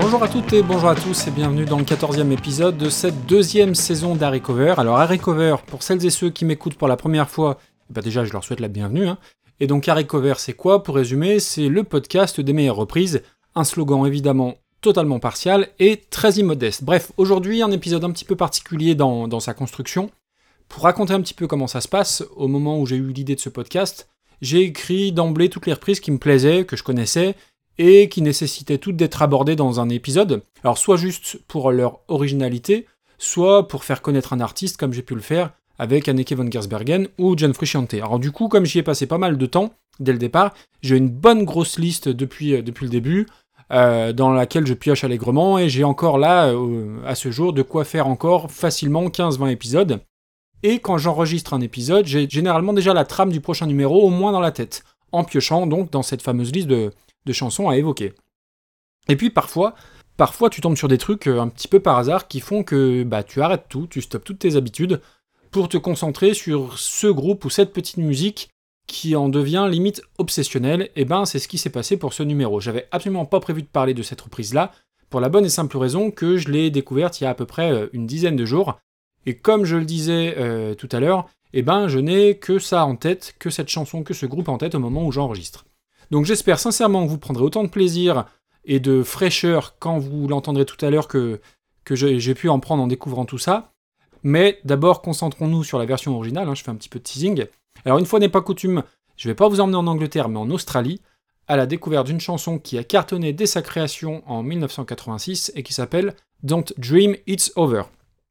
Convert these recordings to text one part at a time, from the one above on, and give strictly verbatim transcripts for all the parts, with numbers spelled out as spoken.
Bonjour à toutes et bonjour à tous et bienvenue dans le quatorzième épisode de cette deuxième saison d'Harry Cover. Alors Harry Cover, pour celles et ceux qui m'écoutent pour la première fois, bah déjà je leur souhaite la bienvenue. Hein. Et donc Harry Cover c'est quoi? Pour résumer, c'est le podcast des meilleures reprises, un slogan évidemment totalement partial et très immodeste. Bref, aujourd'hui un épisode un petit peu particulier dans, dans sa construction. Pour raconter un petit peu comment ça se passe, au moment où j'ai eu l'idée de ce podcast, j'ai écrit d'emblée toutes les reprises qui me plaisaient, que je connaissais, et qui nécessitaient toutes d'être abordées dans un épisode. Alors soit juste pour leur originalité, soit pour faire connaître un artiste, comme j'ai pu le faire avec Anneke van Giersbergen ou John Frusciante. Alors du coup, comme j'y ai passé pas mal de temps, dès le départ, j'ai une bonne grosse liste depuis, depuis le début, euh, dans laquelle je pioche allègrement, et j'ai encore là, euh, à ce jour, de quoi faire encore facilement quinze vingt épisodes. Et quand j'enregistre un épisode, j'ai généralement déjà la trame du prochain numéro au moins dans la tête, en piochant donc dans cette fameuse liste de, de chansons à évoquer. Et puis parfois, parfois tu tombes sur des trucs euh, un petit peu par hasard qui font que bah, tu arrêtes tout, tu stoppes toutes tes habitudes pour te concentrer sur ce groupe ou cette petite musique qui en devient limite obsessionnelle. Et ben c'est ce qui s'est passé pour ce numéro. J'avais absolument pas prévu de parler de cette reprise-là, pour la bonne et simple raison que je l'ai découverte il y a à peu près une dizaine de jours. Et comme je le disais euh, tout à l'heure, eh ben je n'ai que ça en tête, que cette chanson, que ce groupe en tête au moment où j'enregistre. Donc j'espère sincèrement que vous prendrez autant de plaisir et de fraîcheur quand vous l'entendrez tout à l'heure que, que j'ai, j'ai pu en prendre en découvrant tout ça. Mais d'abord, concentrons-nous sur la version originale, hein, je fais un petit peu de teasing. Alors une fois n'est pas coutume, je ne vais pas vous emmener en Angleterre, mais en Australie, à la découverte d'une chanson qui a cartonné dès sa création en dix-neuf cent quatre-vingt-six et qui s'appelle « Don't Dream It's Over ».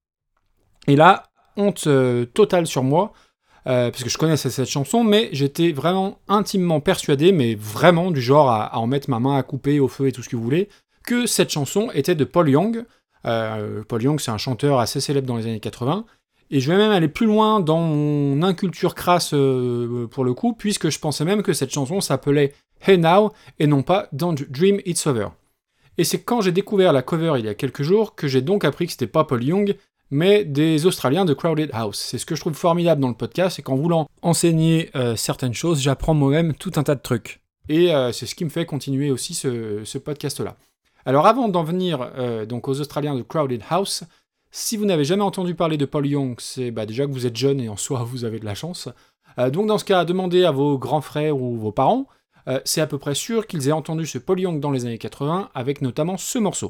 Et là, honte euh, totale sur moi, euh, parce que je connaissais cette chanson, mais j'étais vraiment intimement persuadé, mais vraiment du genre à, à en mettre ma main à couper au feu et tout ce que vous voulez, que cette chanson était de Paul Young. Euh, Paul Young, c'est un chanteur assez célèbre dans les années quatre-vingts, et je vais même aller plus loin dans mon inculture crasse euh, pour le coup, puisque je pensais même que cette chanson s'appelait Hey Now, et non pas Don't Dream It's Over. Et c'est quand j'ai découvert la cover il y a quelques jours que j'ai donc appris que c'était pas Paul Young, mais des Australiens de Crowded House. C'est ce que je trouve formidable dans le podcast, c'est qu'en voulant enseigner euh, certaines choses, j'apprends moi-même tout un tas de trucs. Et euh, c'est ce qui me fait continuer aussi ce, ce podcast-là. Alors avant d'en venir euh, donc aux Australiens de Crowded House, si vous n'avez jamais entendu parler de Paul Young, c'est bah, déjà que vous êtes jeune et en soi vous avez de la chance. Euh, donc dans ce cas, demandez à vos grands frères ou vos parents, euh, c'est à peu près sûr qu'ils aient entendu ce Paul Young dans les années quatre-vingts, avec notamment ce morceau.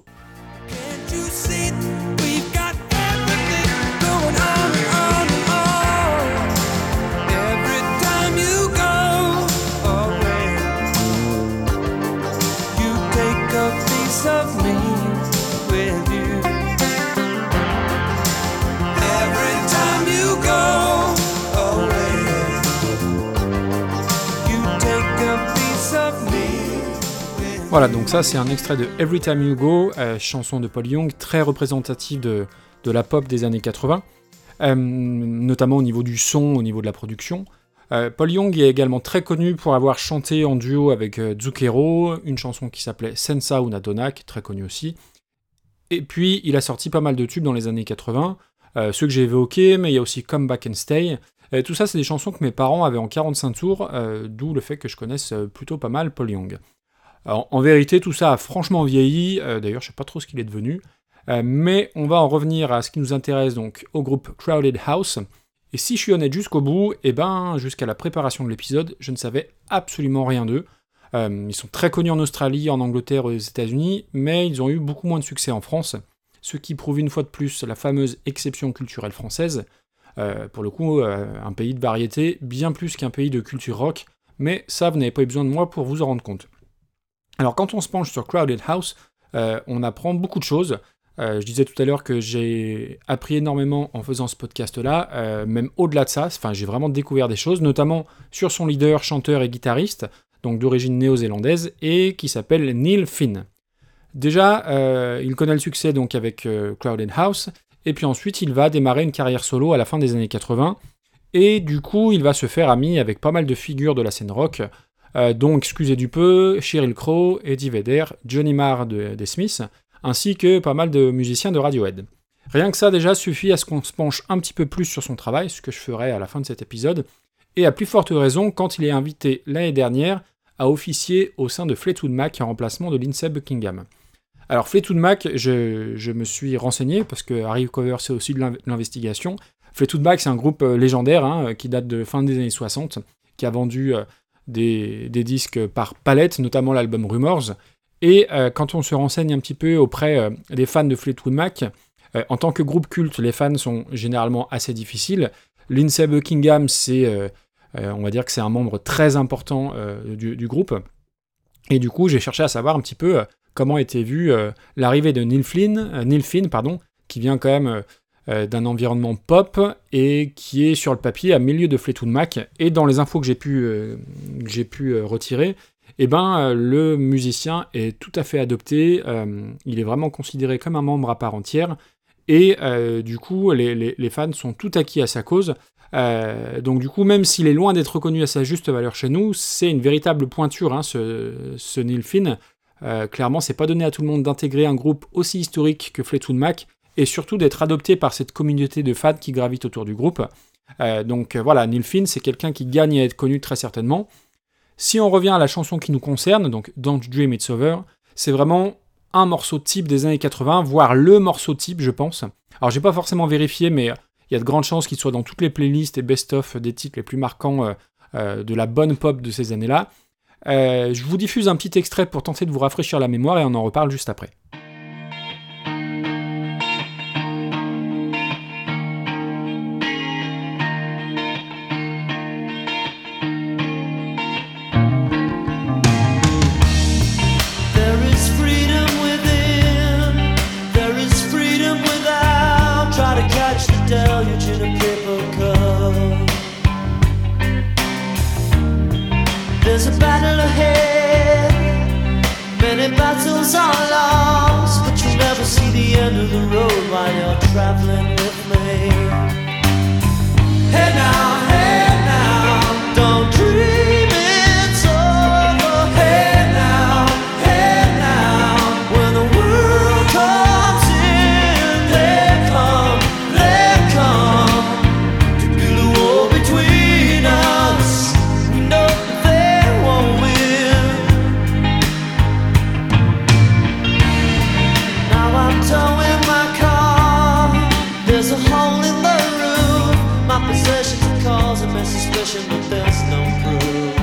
Voilà, donc ça c'est un extrait de Every Time You Go, euh, chanson de Paul Young, très représentative de, de la pop des années quatre-vingts, euh, notamment au niveau du son, au niveau de la production. Euh, Paul Young est également très connu pour avoir chanté en duo avec euh, Zucchero, une chanson qui s'appelait Senza una donna, qui est très connue aussi. Et puis il a sorti pas mal de tubes dans les années quatre-vingts, euh, ceux que j'ai évoqués, mais il y a aussi Come Back and Stay. Et tout ça c'est des chansons que mes parents avaient en quarante-cinq tours, euh, d'où le fait que je connaisse plutôt pas mal Paul Young. Alors, en vérité, tout ça a franchement vieilli, euh, d'ailleurs je sais pas trop ce qu'il est devenu, euh, mais on va en revenir à ce qui nous intéresse, donc au groupe Crowded House, et si je suis honnête jusqu'au bout, et ben jusqu'à la préparation de l'épisode, je ne savais absolument rien d'eux. Euh, ils sont très connus en Australie, en Angleterre et aux États-Unis, mais ils ont eu beaucoup moins de succès en France, ce qui prouve une fois de plus la fameuse exception culturelle française, euh, pour le coup euh, un pays de variété, bien plus qu'un pays de culture rock, mais ça vous n'avez pas eu besoin de moi pour vous en rendre compte. Alors quand on se penche sur Crowded House, euh, on apprend beaucoup de choses. Euh, je disais tout à l'heure que j'ai appris énormément en faisant ce podcast-là, euh, même au-delà de ça, enfin j'ai vraiment découvert des choses, notamment sur son leader, chanteur et guitariste, donc d'origine néo-zélandaise, et qui s'appelle Neil Finn. Déjà, euh, il connaît le succès donc avec euh, Crowded House, et puis ensuite il va démarrer une carrière solo à la fin des années quatre-vingts, et du coup il va se faire ami avec pas mal de figures de la scène rock, Euh, dont, excusez du peu, Sheryl Crow, Eddie Vedder, Johnny Marr de, des Smiths, ainsi que pas mal de musiciens de Radiohead. Rien que ça déjà suffit à ce qu'on se penche un petit peu plus sur son travail, ce que je ferai à la fin de cet épisode, et à plus forte raison quand il est invité l'année dernière à officier au sein de Fleetwood Mac en remplacement de Lindsey Buckingham. Alors Fleetwood Mac, je, je me suis renseigné, parce que Harry Cover c'est aussi de l'investigation. Fleetwood Mac c'est un groupe euh, légendaire, hein, qui date de fin des années soixante, qui a vendu euh, des, des disques par palette, notamment l'album Rumors. Et euh, quand on se renseigne un petit peu auprès euh, des fans de Fleetwood Mac, euh, en tant que groupe culte, les fans sont généralement assez difficiles. Lindsey Buckingham, c'est, euh, euh, on va dire que c'est un membre très important euh, du, du groupe. Et du coup, j'ai cherché à savoir un petit peu euh, comment était vue euh, l'arrivée de Neil Flynn, euh, Neil Finn, pardon, qui vient quand même euh, d'un environnement pop et qui est sur le papier à milieu de Fleetwood Mac. Et dans les infos que j'ai pu, euh, que j'ai pu euh, retirer, eh ben, euh, le musicien est tout à fait adopté. Euh, il est vraiment considéré comme un membre à part entière. Et euh, du coup, les, les, les fans sont tout acquis à sa cause. Euh, donc du coup, même s'il est loin d'être reconnu à sa juste valeur chez nous, c'est une véritable pointure, hein, ce, ce Neil Finn. Euh, clairement, c'est pas donné à tout le monde d'intégrer un groupe aussi historique que Fleetwood Mac, et surtout d'être adopté par cette communauté de fans qui gravitent autour du groupe. Euh, donc euh, voilà, Neil Finn, c'est quelqu'un qui gagne à être connu très certainement. Si on revient à la chanson qui nous concerne, donc Don't Dream It's Over, c'est vraiment un morceau type des années quatre-vingts, voire le morceau type, je pense. Alors j'ai pas forcément vérifié, mais il y a de grandes chances qu'il soit dans toutes les playlists et best-of des titres les plus marquants euh, euh, de la bonne pop de ces années-là. Euh, je vous diffuse un petit extrait pour tenter de vous rafraîchir la mémoire et on en reparle juste après. There's a battle ahead, many battles are lost, but you'll never see the end of the road while you're traveling with me. Hey now, hey now, don't dream it's over. Hey now, hey now, when the world comes in, they come, they come to build a wall between us. We know towing my car, there's a hole in the roof. My possessions are causing me suspicion, but there's no proof.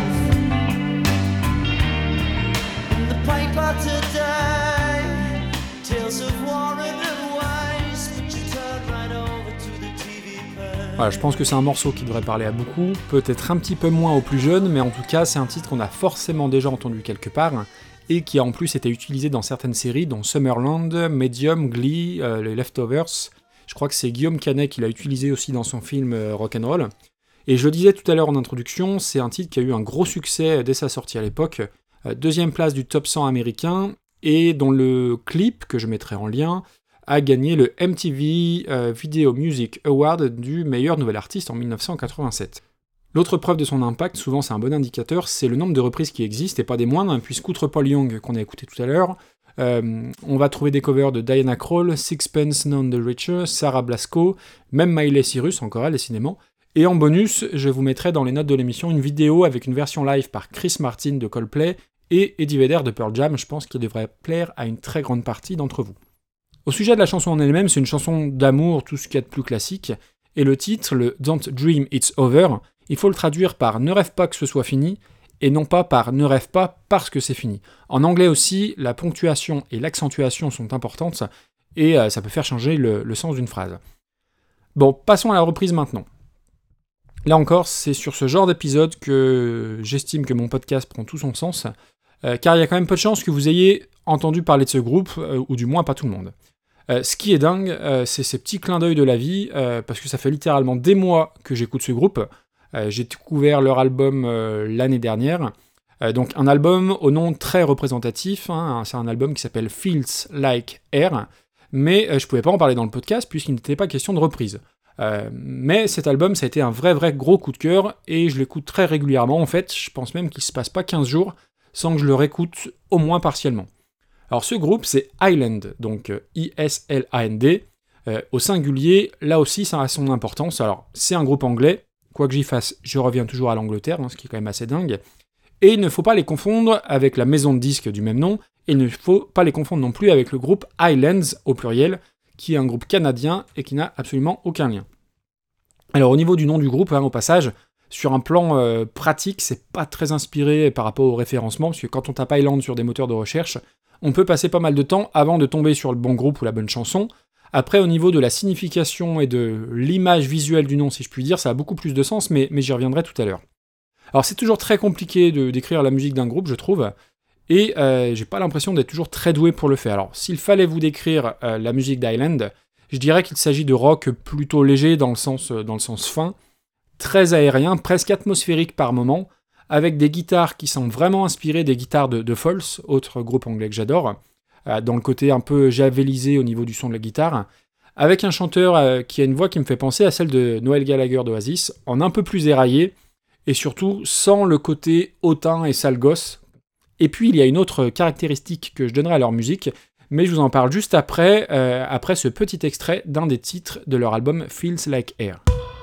In the paper today, tales of war and waste, but you turn right over to the T V page. Voilà, je pense que c'est un morceau qui devrait parler à beaucoup, peut-être un petit peu moins aux plus jeunes, mais en tout cas c'est un titre qu'on a forcément déjà entendu quelque part, et qui a en plus été utilisé dans certaines séries, dont Summerland, Medium, Glee, euh, les Leftovers. Je crois que c'est Guillaume Canet qui l'a utilisé aussi dans son film euh, Rock'n'Roll. Et je le disais tout à l'heure en introduction, c'est un titre qui a eu un gros succès dès sa sortie à l'époque, euh, deuxième place du top cent américain, et dont le clip, que je mettrai en lien, a gagné le M T V euh, Video Music Award du meilleur nouvel artiste en dix-neuf cent quatre-vingt-sept. L'autre preuve de son impact, souvent c'est un bon indicateur, c'est le nombre de reprises qui existent, et pas des moindres, hein, puisqu'outre Paul Young, qu'on a écouté tout à l'heure, euh, on va trouver des covers de Diana Krall, Sixpence None the Richer, Sarah Blasko, même Miley Cyrus, encore elle, décidément. Et en bonus, je vous mettrai dans les notes de l'émission une vidéo avec une version live par Chris Martin de Coldplay et Eddie Vedder de Pearl Jam, je pense qu'il devrait plaire à une très grande partie d'entre vous. Au sujet de la chanson en elle-même, c'est une chanson d'amour, tout ce qu'il y a de plus classique, et le titre, le Don't Dream It's Over, il faut le traduire par « ne rêve pas que ce soit fini » et non pas par « ne rêve pas parce que c'est fini ». En anglais aussi, la ponctuation et l'accentuation sont importantes et euh, ça peut faire changer le, le sens d'une phrase. Bon, passons à la reprise maintenant. Là encore, c'est sur ce genre d'épisode que j'estime que mon podcast prend tout son sens, euh, car il y a quand même peu de chances que vous ayez entendu parler de ce groupe, euh, ou du moins pas tout le monde. Euh, ce qui est dingue, euh, c'est ces petits clins d'œil de la vie, euh, parce que ça fait littéralement des mois que j'écoute ce groupe. Euh, j'ai découvert leur album euh, l'année dernière. Euh, donc un album au nom très représentatif, hein, c'est un album qui s'appelle Feels Like Air, mais euh, je pouvais pas en parler dans le podcast puisqu'il n'était pas question de reprise. Euh, mais cet album, ça a été un vrai vrai gros coup de cœur, et je l'écoute très régulièrement en fait, je pense même qu'il se passe pas quinze jours sans que je le réécoute au moins partiellement. Alors ce groupe, c'est Island, donc euh, I S L A N D, euh, au singulier, là aussi ça a son importance. Alors c'est un groupe anglais, quoi que j'y fasse, je reviens toujours à l'Angleterre, hein, ce qui est quand même assez dingue. Et il ne faut pas les confondre avec la maison de disques du même nom, et il ne faut pas les confondre non plus avec le groupe Highlands, au pluriel, qui est un groupe canadien et qui n'a absolument aucun lien. Alors au niveau du nom du groupe, hein, au passage, sur un plan euh, pratique, c'est pas très inspiré par rapport au référencement, parce que quand on tape Highland sur des moteurs de recherche, on peut passer pas mal de temps avant de tomber sur le bon groupe ou la bonne chanson. Après, au niveau de la signification et de l'image visuelle du nom, si je puis dire, ça a beaucoup plus de sens, mais, mais j'y reviendrai tout à l'heure. Alors c'est toujours très compliqué de décrire la musique d'un groupe, je trouve, et euh, j'ai pas l'impression d'être toujours très doué pour le faire. Alors s'il fallait vous décrire euh, la musique d'Highland, je dirais qu'il s'agit de rock plutôt léger dans le sens, dans le sens fin, très aérien, presque atmosphérique par moments, avec des guitares qui semblent vraiment inspirées des guitares de, de Falls, autre groupe anglais que j'adore, euh, dans le côté un peu javelisé au niveau du son de la guitare, avec un chanteur euh, qui a une voix qui me fait penser à celle de Noel Gallagher d'Oasis, en un peu plus éraillé, et surtout sans le côté hautain et sale gosse. Et puis il y a une autre caractéristique que je donnerai à leur musique, mais je vous en parle juste après, euh, après ce petit extrait d'un des titres de leur album Feels Like Air.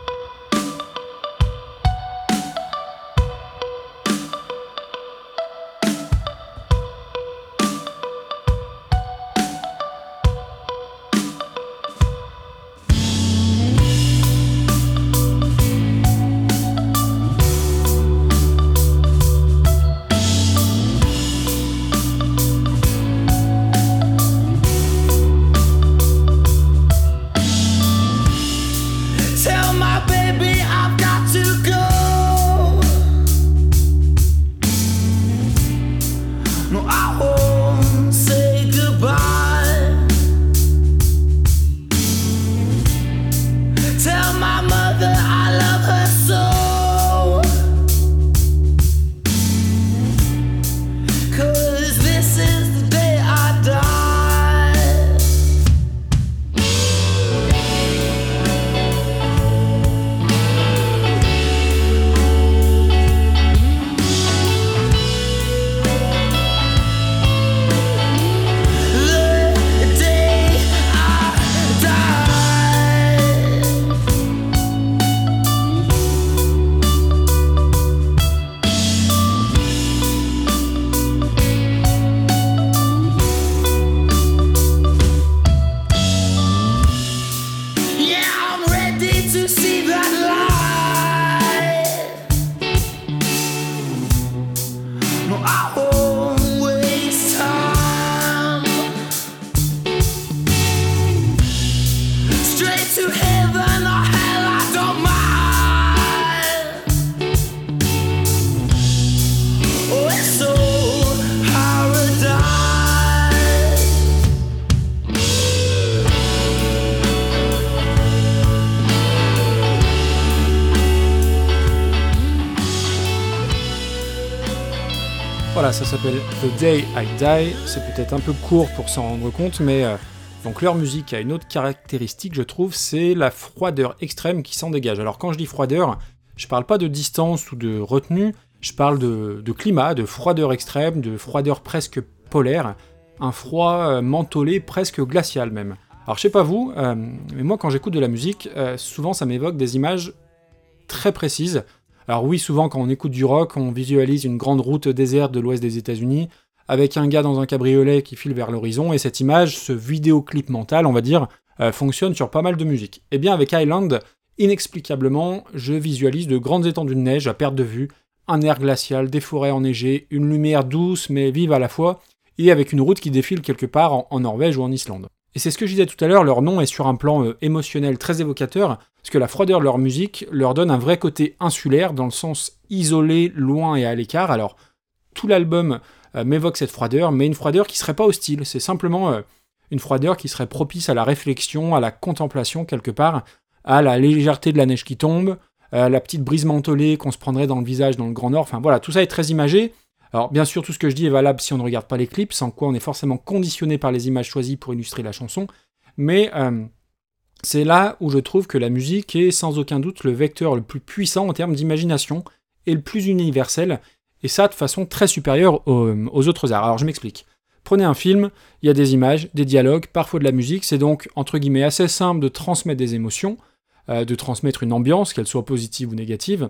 Voilà, ça s'appelle The Day I Die, c'est peut-être un peu court pour s'en rendre compte, mais euh, donc leur musique a une autre caractéristique, je trouve, c'est la froideur extrême qui s'en dégage. Alors quand je dis froideur, je parle pas de distance ou de retenue, je parle de, de climat, de froideur extrême, de froideur presque polaire, un froid euh, mentholé, presque glacial même. Alors je sais pas vous, euh, mais moi quand j'écoute de la musique, euh, souvent ça m'évoque des images très précises. Alors oui, souvent quand on écoute du rock, on visualise une grande route déserte de l'ouest des États-Unis, avec un gars dans un cabriolet qui file vers l'horizon, et cette image, ce vidéoclip mental, on va dire, euh, fonctionne sur pas mal de musique. Et bien avec Highland, inexplicablement, je visualise de grandes étendues de neige à perte de vue, un air glacial, des forêts enneigées, une lumière douce mais vive à la fois, et avec une route qui défile quelque part en, en Norvège ou en Islande. Et c'est ce que je disais tout à l'heure, leur nom est sur un plan euh, émotionnel très évocateur, parce que la froideur de leur musique leur donne un vrai côté insulaire, dans le sens isolé, loin et à l'écart. Alors, tout l'album euh, m'évoque cette froideur, mais une froideur qui serait pas hostile, c'est simplement euh, une froideur qui serait propice à la réflexion, à la contemplation quelque part, à la légèreté de la neige qui tombe, à la petite brise mentholée qu'on se prendrait dans le visage dans le Grand Nord, enfin voilà, tout ça est très imagé. Alors bien sûr, tout ce que je dis est valable si on ne regarde pas les clips, sans quoi on est forcément conditionné par les images choisies pour illustrer la chanson, mais euh, c'est là où je trouve que la musique est sans aucun doute le vecteur le plus puissant en termes d'imagination, et le plus universel, et ça de façon très supérieure aux, aux autres arts. Alors je m'explique. Prenez un film, il y a des images, des dialogues, parfois de la musique, c'est donc entre guillemets assez simple de transmettre des émotions, euh, de transmettre une ambiance, qu'elle soit positive ou négative,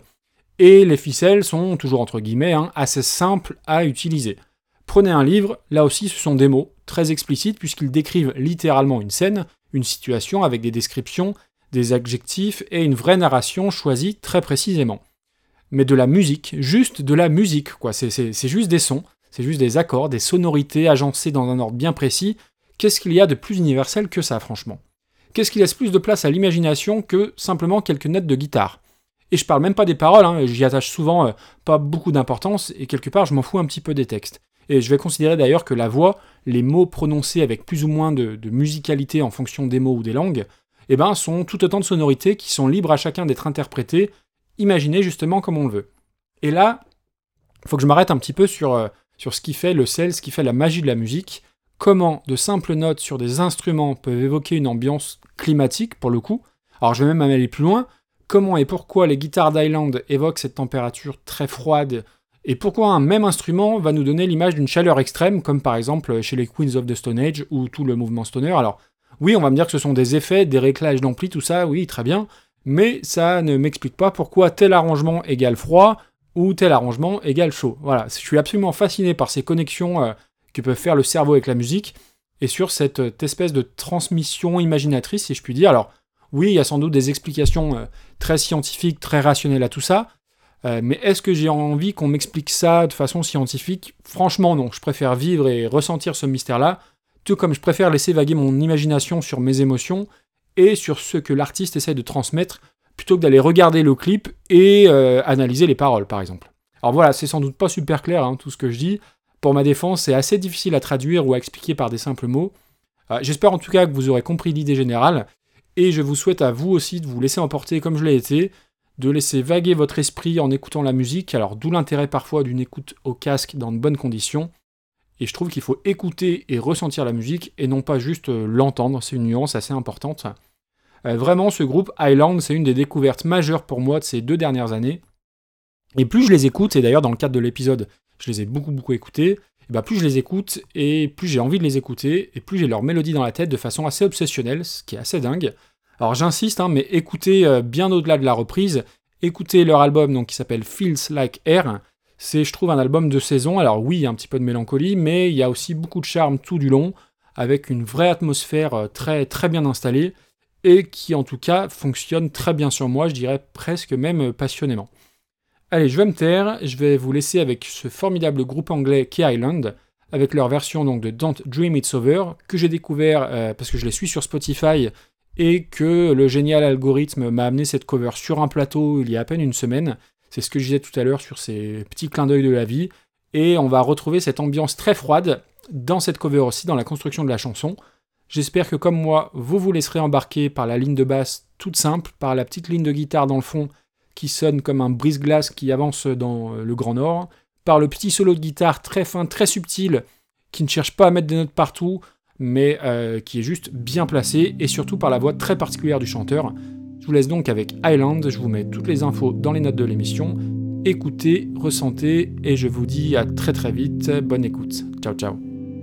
et les ficelles sont, toujours entre guillemets, hein, assez simples à utiliser. Prenez un livre, là aussi ce sont des mots, très explicites puisqu'ils décrivent littéralement une scène, une situation avec des descriptions, des adjectifs et une vraie narration choisie très précisément. Mais de la musique, juste de la musique, quoi. C'est, c'est, c'est juste des sons, c'est juste des accords, des sonorités agencées dans un ordre bien précis. Qu'est-ce qu'il y a de plus universel que ça, franchement ? Qu'est-ce qui laisse plus de place à l'imagination que simplement quelques notes de guitare ? Et je parle même pas des paroles, hein, j'y attache souvent euh, pas beaucoup d'importance, et quelque part je m'en fous un petit peu des textes. Et je vais considérer d'ailleurs que la voix, les mots prononcés avec plus ou moins de, de musicalité en fonction des mots ou des langues, eh ben, sont tout autant de sonorités qui sont libres à chacun d'être interprétées, imaginées justement comme on le veut. Et là, il faut que je m'arrête un petit peu sur, euh, sur ce qui fait le sel, ce qui fait la magie de la musique, comment de simples notes sur des instruments peuvent évoquer une ambiance climatique, pour le coup. Alors je vais même aller plus loin, comment et pourquoi les guitares d'Highland évoquent cette température très froide, et pourquoi un même instrument va nous donner l'image d'une chaleur extrême, comme par exemple chez les Queens of the Stone Age, ou tout le mouvement stoner. Alors oui, on va me dire que ce sont des effets, des réglages d'ampli, tout ça, oui, très bien, mais ça ne m'explique pas pourquoi tel arrangement égale froid, ou tel arrangement égale chaud. Voilà, je suis absolument fasciné par ces connexions euh, que peut faire le cerveau avec la musique, et sur cette euh, espèce de transmission imaginatrice, si je puis dire. Alors, oui, il y a sans doute des explications euh, très scientifiques, très rationnelles à tout ça, euh, mais est-ce que j'ai envie qu'on m'explique ça de façon scientifique ? Franchement, non. Je préfère vivre et ressentir ce mystère-là, tout comme je préfère laisser vaguer mon imagination sur mes émotions et sur ce que l'artiste essaie de transmettre, plutôt que d'aller regarder le clip et euh, analyser les paroles, par exemple. Alors voilà, c'est sans doute pas super clair, hein, tout ce que je dis. Pour ma défense, c'est assez difficile à traduire ou à expliquer par des simples mots. Euh, j'espère en tout cas que vous aurez compris l'idée générale, et je vous souhaite à vous aussi de vous laisser emporter comme je l'ai été, de laisser vaguer votre esprit en écoutant la musique, alors d'où l'intérêt parfois d'une écoute au casque dans de bonnes conditions. Et je trouve qu'il faut écouter et ressentir la musique, et non pas juste euh, l'entendre, c'est une nuance assez importante. Euh, vraiment, ce groupe Highland, c'est une des découvertes majeures pour moi de ces deux dernières années. Et plus je les écoute, et d'ailleurs dans le cadre de l'épisode, je les ai beaucoup beaucoup écoutés, et bah plus je les écoute, et plus j'ai envie de les écouter, et plus j'ai leur mélodie dans la tête de façon assez obsessionnelle, ce qui est assez dingue. Alors j'insiste, hein, mais écoutez euh, bien au-delà de la reprise, écoutez leur album donc, qui s'appelle Feels Like Air. C'est, je trouve, un album de saison. Alors oui, il y a un petit peu de mélancolie, mais il y a aussi beaucoup de charme tout du long, avec une vraie atmosphère euh, très très bien installée, et qui en tout cas fonctionne très bien sur moi, je dirais presque même euh, passionnément. Allez, je vais me taire, je vais vous laisser avec ce formidable groupe anglais qu'est Highland, avec leur version donc de Don't Dream It's Over, que j'ai découvert euh, parce que je les suis sur Spotify, et que le génial algorithme m'a amené cette cover sur un plateau il y a à peine une semaine. C'est ce que je disais tout à l'heure sur ces petits clins d'œil de la vie, et on va retrouver cette ambiance très froide dans cette cover aussi, dans la construction de la chanson. J'espère que comme moi, vous vous laisserez embarquer par la ligne de basse toute simple, par la petite ligne de guitare dans le fond, qui sonne comme un brise-glace qui avance dans le Grand Nord, par le petit solo de guitare très fin, très subtil, qui ne cherche pas à mettre des notes partout, mais euh, qui est juste bien placé, et surtout par la voix très particulière du chanteur. Je vous laisse donc avec Highland, je vous mets toutes les infos dans les notes de l'émission. Écoutez, ressentez, et je vous dis à très très vite, bonne écoute. Ciao ciao.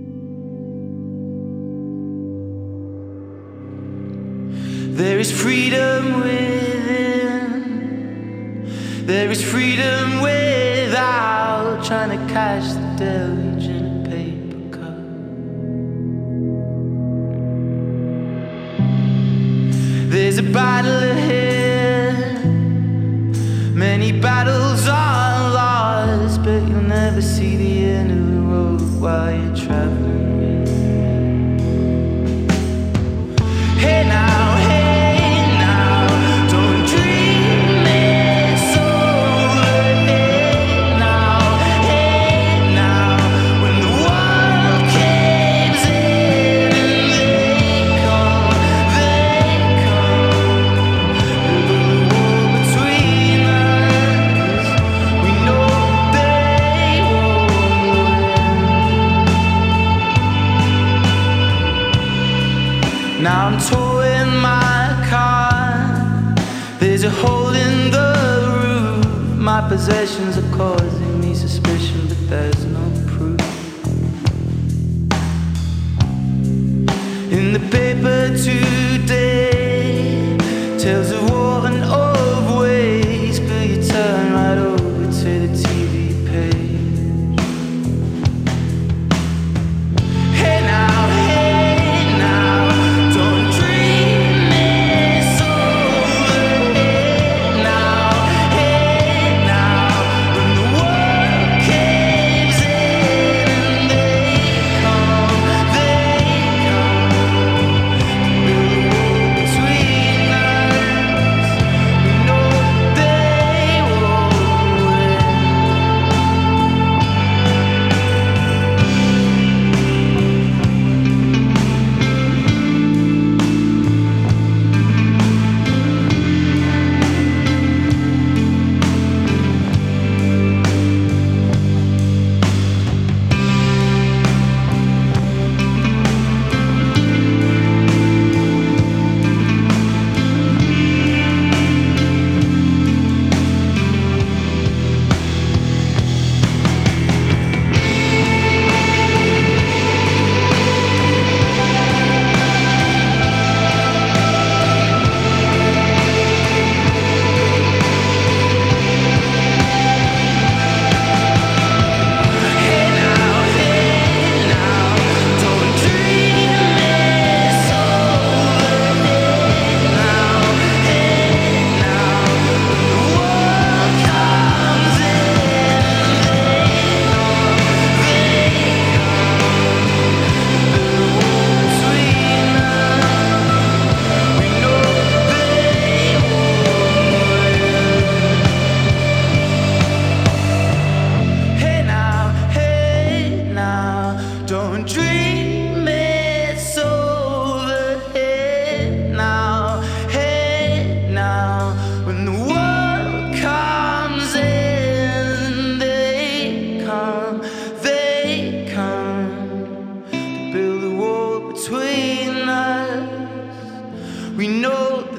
There is freedom within. There is freedom without trying to catch the deluge in a paper cup. There's a battle ahead. Many battles are lost, but you'll never see the end of the road while you're traveling. Hey now, hey now, don't dream it's over. Hey now, hey now, when the world caves in and they come, they come. There'll be a wall between us, we know they won't win. Now I'm towing my car. There's a hole in the roof. My possessions are causing me suspicion, but there's no proof. In the paper today, tales of war and of waste, but you turn right away. dream it's over. Hey now, hey now, when the world comes in, they come, they come to build a wall between us. We know that